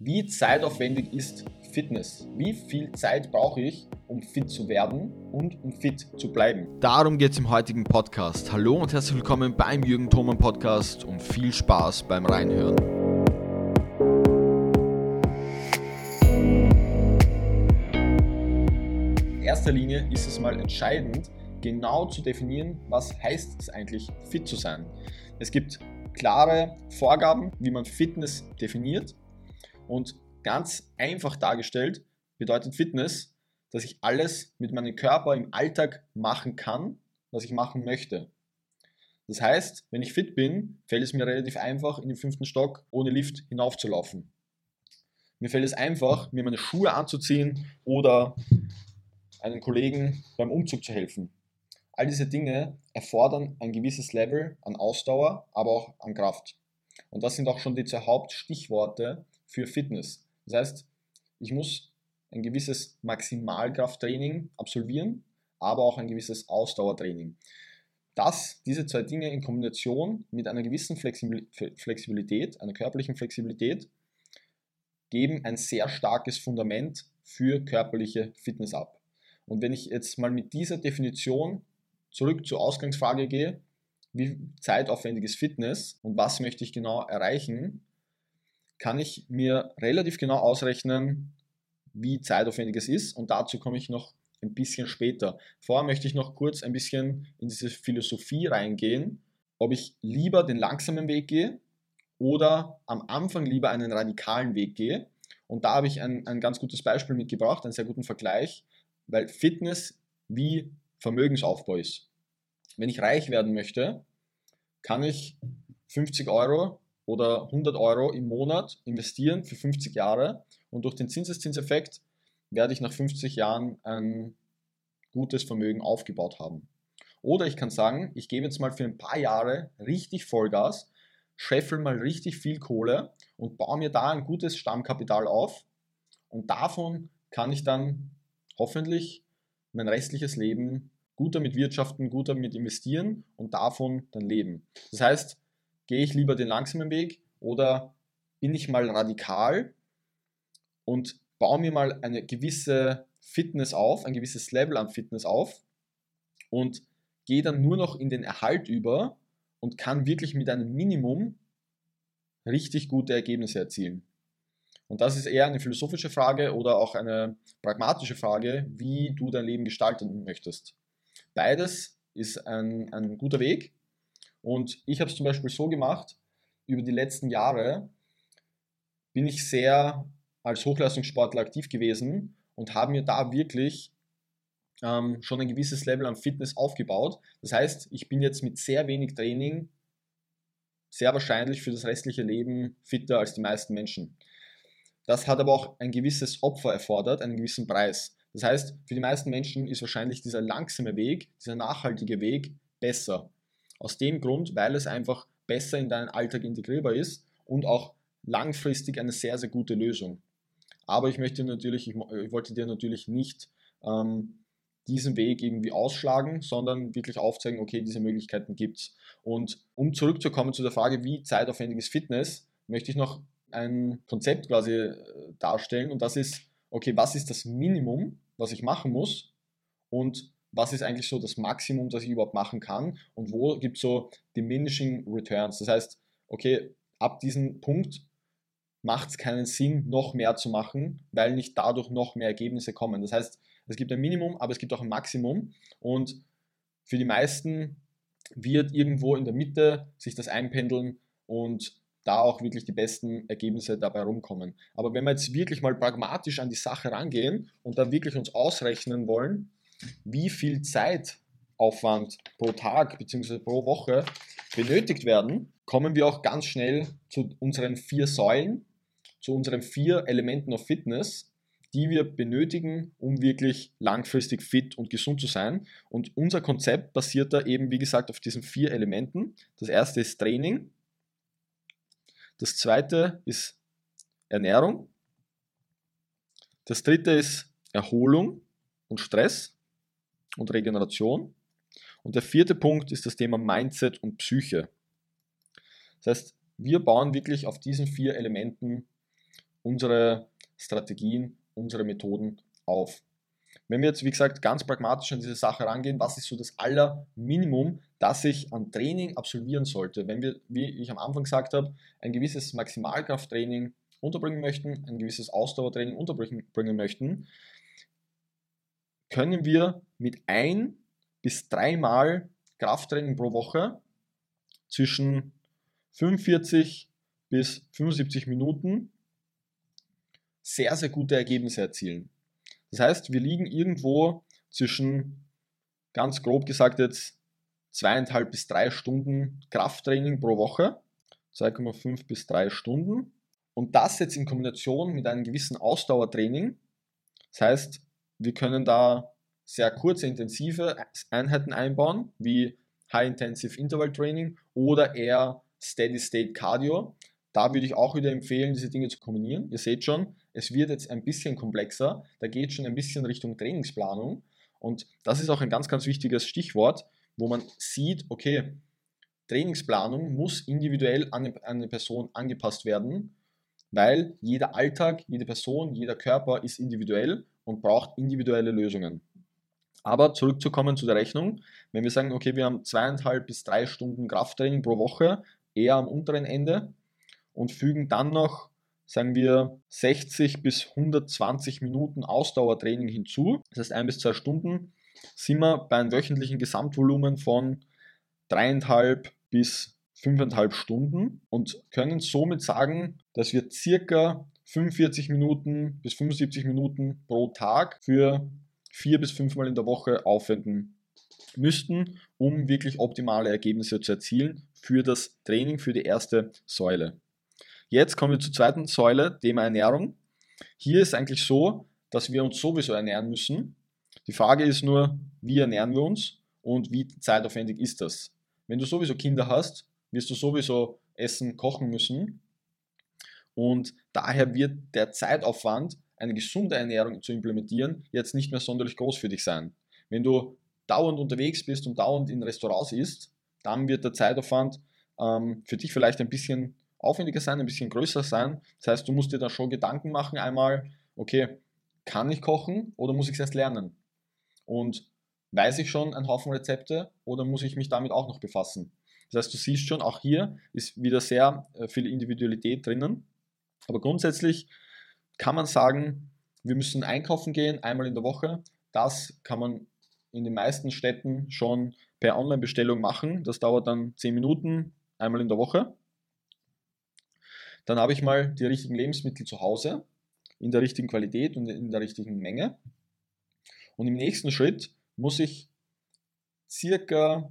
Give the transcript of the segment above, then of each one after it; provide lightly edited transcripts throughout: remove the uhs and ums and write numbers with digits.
Wie zeitaufwendig ist Fitness? Wie viel Zeit brauche ich, um fit zu werden und um fit zu bleiben? Darum geht es im heutigen Podcast. Hallo und herzlich willkommen beim Jürgen Thoman Podcast und viel Spaß beim Reinhören. In erster Linie ist es mal entscheidend, genau zu definieren, was heißt es eigentlich, fit zu sein. Es gibt klare Vorgaben, wie man Fitness definiert. Und ganz einfach dargestellt bedeutet Fitness, dass ich alles mit meinem Körper im Alltag machen kann, was ich machen möchte. Das heißt, wenn ich fit bin, fällt es mir relativ einfach, in den 5. Stock ohne Lift hinaufzulaufen. Mir fällt es einfach, mir meine Schuhe anzuziehen oder einem Kollegen beim Umzug zu helfen. All diese Dinge erfordern ein gewisses Level an Ausdauer, aber auch an Kraft. Und das sind auch schon die 2 Hauptstichworte für Fitness. Das heißt, ich muss ein gewisses Maximalkrafttraining absolvieren, aber auch ein gewisses Ausdauertraining. Diese 2 Dinge in Kombination mit einer gewissen Flexibilität, einer körperlichen Flexibilität, geben ein sehr starkes Fundament für körperliche Fitness ab. Und wenn ich jetzt mal mit dieser Definition zurück zur Ausgangsfrage gehe, wie zeitaufwendig ist Fitness und was möchte ich genau erreichen, kann ich mir relativ genau ausrechnen, wie zeitaufwendig es ist, und dazu komme ich noch ein bisschen später. Vorher möchte ich noch kurz ein bisschen in diese Philosophie reingehen, ob ich lieber den langsamen Weg gehe oder am Anfang lieber einen radikalen Weg gehe. Und da habe ich ein ganz gutes Beispiel mitgebracht, einen sehr guten Vergleich, weil Fitness wie Vermögensaufbau ist. Wenn ich reich werden möchte, kann ich 50 Euro oder 100 Euro im Monat investieren für 50 Jahre und durch den Zinseszinseffekt werde ich nach 50 Jahren ein gutes Vermögen aufgebaut haben. Oder ich kann sagen, ich gebe jetzt mal für ein paar Jahre richtig Vollgas, scheffel mal richtig viel Kohle und baue mir da ein gutes Stammkapital auf, und davon kann ich dann hoffentlich mein restliches Leben gut damit wirtschaften, gut damit investieren und davon dann leben. Das heißt, gehe ich lieber den langsamen Weg oder bin ich mal radikal und baue mir mal eine gewisse Fitness auf, ein gewisses Level an Fitness auf und gehe dann nur noch in den Erhalt über und kann wirklich mit einem Minimum richtig gute Ergebnisse erzielen. Und das ist eher eine philosophische Frage oder auch eine pragmatische Frage, wie du dein Leben gestalten möchtest. Beides ist ein guter Weg, und ich habe es zum Beispiel so gemacht, über die letzten Jahre bin ich sehr als Hochleistungssportler aktiv gewesen und habe mir da wirklich schon ein gewisses Level an Fitness aufgebaut. Das heißt, ich bin jetzt mit sehr wenig Training sehr wahrscheinlich für das restliche Leben fitter als die meisten Menschen. Das hat aber auch ein gewisses Opfer erfordert, einen gewissen Preis. Das heißt, für die meisten Menschen ist wahrscheinlich dieser langsame Weg, dieser nachhaltige Weg besser. Aus dem Grund, weil es einfach besser in deinen Alltag integrierbar ist und auch langfristig eine sehr, sehr gute Lösung. Aber ich wollte dir natürlich nicht diesen Weg irgendwie ausschlagen, sondern wirklich aufzeigen, okay, diese Möglichkeiten gibt es. Und um zurückzukommen zu der Frage, wie zeitaufwendig ist Fitness, möchte ich noch ein Konzept quasi darstellen, und das ist, okay, was ist das Minimum, was ich machen muss, und was ist eigentlich so das Maximum, das ich überhaupt machen kann, und wo gibt es so diminishing returns. Das heißt, okay, ab diesem Punkt macht es keinen Sinn, noch mehr zu machen, weil nicht dadurch noch mehr Ergebnisse kommen. Das heißt, es gibt ein Minimum, aber es gibt auch ein Maximum, und für die meisten wird irgendwo in der Mitte sich das einpendeln und da auch wirklich die besten Ergebnisse dabei rumkommen. Aber wenn wir jetzt wirklich mal pragmatisch an die Sache rangehen und da wirklich uns ausrechnen wollen, wie viel Zeitaufwand pro Tag bzw. pro Woche benötigt werden, kommen wir auch ganz schnell zu unseren 4 Säulen, zu unseren 4 Elementen of Fitness, die wir benötigen, um wirklich langfristig fit und gesund zu sein. Und unser Konzept basiert da eben, wie gesagt, auf diesen 4 Elementen. Das erste ist Training. Das zweite ist Ernährung. Das dritte ist Erholung und Stress und Regeneration. Und der 4. Punkt ist das Thema Mindset und Psyche. Das heißt, wir bauen wirklich auf diesen 4 Elementen unsere Strategien, unsere Methoden auf. Wenn wir jetzt, wie gesagt, ganz pragmatisch an diese Sache rangehen, was ist so das Allerminimum, das ich an Training absolvieren sollte? Wenn wir, wie ich am Anfang gesagt habe, ein gewisses Maximalkrafttraining unterbringen möchten, ein gewisses Ausdauertraining unterbringen möchten, können wir mit 1 bis 3 Mal Krafttraining pro Woche zwischen 45 bis 75 Minuten sehr, sehr gute Ergebnisse erzielen. Das heißt, wir liegen irgendwo zwischen, ganz grob gesagt jetzt, 2,5 bis 3 Stunden Krafttraining pro Woche, 2,5 bis 3 Stunden. Und das jetzt in Kombination mit einem gewissen Ausdauertraining. Das heißt, wir können da sehr kurze, intensive Einheiten einbauen, wie High-Intensive Interval Training oder eher Steady-State Cardio. Da würde ich auch wieder empfehlen, diese Dinge zu kombinieren. Ihr seht schon, es wird jetzt ein bisschen komplexer. Da geht es schon ein bisschen Richtung Trainingsplanung. Und das ist auch ein ganz, ganz wichtiges Stichwort, wo man sieht, okay, Trainingsplanung muss individuell an eine Person angepasst werden, weil jeder Alltag, jede Person, jeder Körper ist individuell und braucht individuelle Lösungen. Aber zurückzukommen zu der Rechnung, wenn wir sagen, okay, wir haben 2,5 bis 3 Stunden Krafttraining pro Woche, eher am unteren Ende, und fügen dann noch, sagen wir, 60 bis 120 Minuten Ausdauertraining hinzu, das heißt 1 bis 2 Stunden, sind wir bei einem wöchentlichen Gesamtvolumen von 3,5 bis 5,5 Stunden und können somit sagen, dass wir circa 45 Minuten bis 75 Minuten pro Tag für 4 bis 5 Mal in der Woche aufwenden müssten, um wirklich optimale Ergebnisse zu erzielen für das Training, für die erste Säule. Jetzt kommen wir zur zweiten Säule, Thema Ernährung. Hier ist eigentlich so, dass wir uns sowieso ernähren müssen. Die Frage ist nur, wie ernähren wir uns und wie zeitaufwendig ist das? Wenn du sowieso Kinder hast, wirst du sowieso Essen kochen müssen und daher wird der Zeitaufwand, eine gesunde Ernährung zu implementieren, jetzt nicht mehr sonderlich groß für dich sein. Wenn du dauernd unterwegs bist und dauernd in Restaurants isst, dann wird der Zeitaufwand für dich vielleicht ein bisschen aufwendiger sein, ein bisschen größer sein. Das heißt, du musst dir da schon Gedanken machen, einmal, okay, kann ich kochen oder muss ich es erst lernen? Und weiß ich schon einen Haufen Rezepte oder muss ich mich damit auch noch befassen? Das heißt, du siehst schon, auch hier ist wieder sehr viel Individualität drinnen. Aber grundsätzlich kann man sagen, wir müssen einkaufen gehen, einmal in der Woche. Das kann man in den meisten Städten schon per Online-Bestellung machen. Das dauert dann 10 Minuten, einmal in der Woche. Dann habe ich mal die richtigen Lebensmittel zu Hause, in der richtigen Qualität und in der richtigen Menge. Und im nächsten Schritt muss ich circa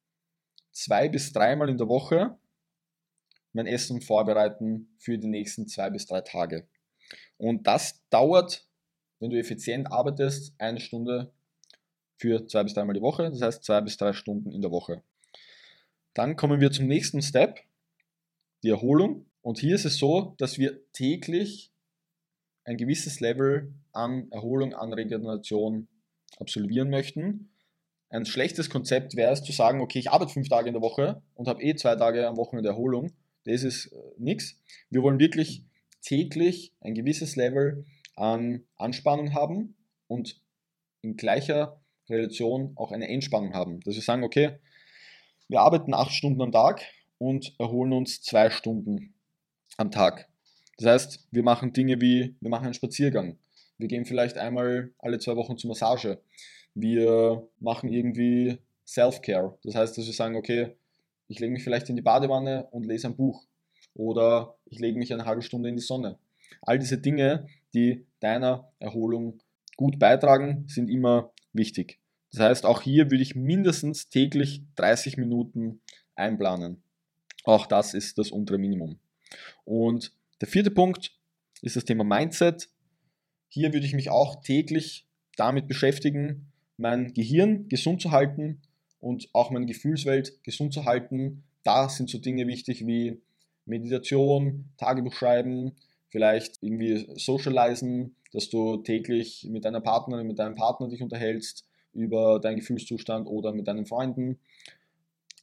2 bis 3 Mal in der Woche mein Essen vorbereiten für die nächsten 2 bis 3 Tage. Und das dauert, wenn du effizient arbeitest, 1 Stunde für 2 bis 3 Mal die Woche, das heißt 2 bis 3 Stunden in der Woche. Dann kommen wir zum nächsten Step, die Erholung. Und hier ist es so, dass wir täglich ein gewisses Level an Erholung, an Regeneration absolvieren möchten. Ein schlechtes Konzept wäre es zu sagen, okay, ich arbeite 5 Tage in der Woche und habe 2 Tage am Wochenende Erholung. Das ist nichts. Wir wollen wirklich täglich ein gewisses Level an Anspannung haben und in gleicher Relation auch eine Entspannung haben. Dass wir sagen, okay, wir arbeiten 8 Stunden am Tag und erholen uns 2 Stunden am Tag. Das heißt, wir machen Dinge wie, wir machen einen Spaziergang. Wir gehen vielleicht einmal alle 2 Wochen zur Massage. Wir machen irgendwie Self-Care. Das heißt, dass wir sagen, okay, ich lege mich vielleicht in die Badewanne und lese ein Buch. Oder ich lege mich eine halbe Stunde in die Sonne. All diese Dinge, die deiner Erholung gut beitragen, sind immer wichtig. Das heißt, auch hier würde ich mindestens täglich 30 Minuten einplanen. Auch das ist das untere Minimum. Und der 4. Punkt ist das Thema Mindset. Hier würde ich mich auch täglich damit beschäftigen, mein Gehirn gesund zu halten und auch meine Gefühlswelt gesund zu halten. Da sind so Dinge wichtig wie Meditation, Tagebuch schreiben, vielleicht irgendwie socialisen, dass du täglich mit deiner Partnerin, mit deinem Partner dich unterhältst über deinen Gefühlszustand oder mit deinen Freunden.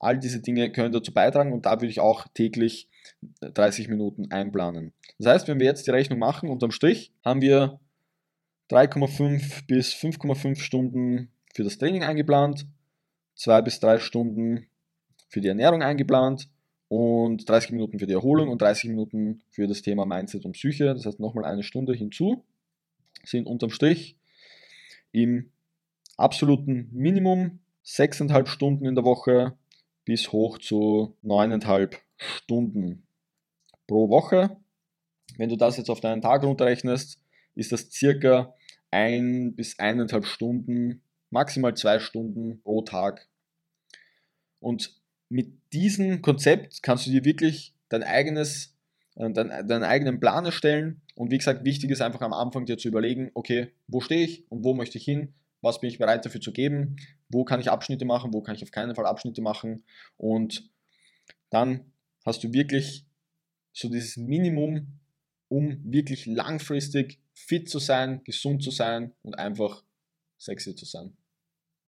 All diese Dinge können dazu beitragen und da würde ich auch täglich 30 Minuten einplanen. Das heißt, wenn wir jetzt die Rechnung machen, unterm Strich haben wir 3,5 bis 5,5 Stunden für das Training eingeplant, 2 bis 3 Stunden für die Ernährung eingeplant und 30 Minuten für die Erholung und 30 Minuten für das Thema Mindset und Psyche. Das heißt nochmal eine Stunde hinzu, sind unterm Strich im absoluten Minimum 6,5 Stunden in der Woche bis hoch zu 9,5 Stunden pro Woche. Wenn du das jetzt auf deinen Tag runterrechnest, ist das circa 1 bis 1,5 Stunden, maximal 2 Stunden pro Tag. Und mit diesem Konzept kannst du dir wirklich deinen eigenen Plan erstellen. Und wie gesagt, wichtig ist einfach am Anfang dir zu überlegen, okay, wo stehe ich und wo möchte ich hin? Was bin ich bereit dafür zu geben? Wo kann ich Abschnitte machen? Wo kann ich auf keinen Fall Abschnitte machen? Und dann hast du wirklich so dieses Minimum, um wirklich langfristig fit zu sein, gesund zu sein und einfach sexy zu sein.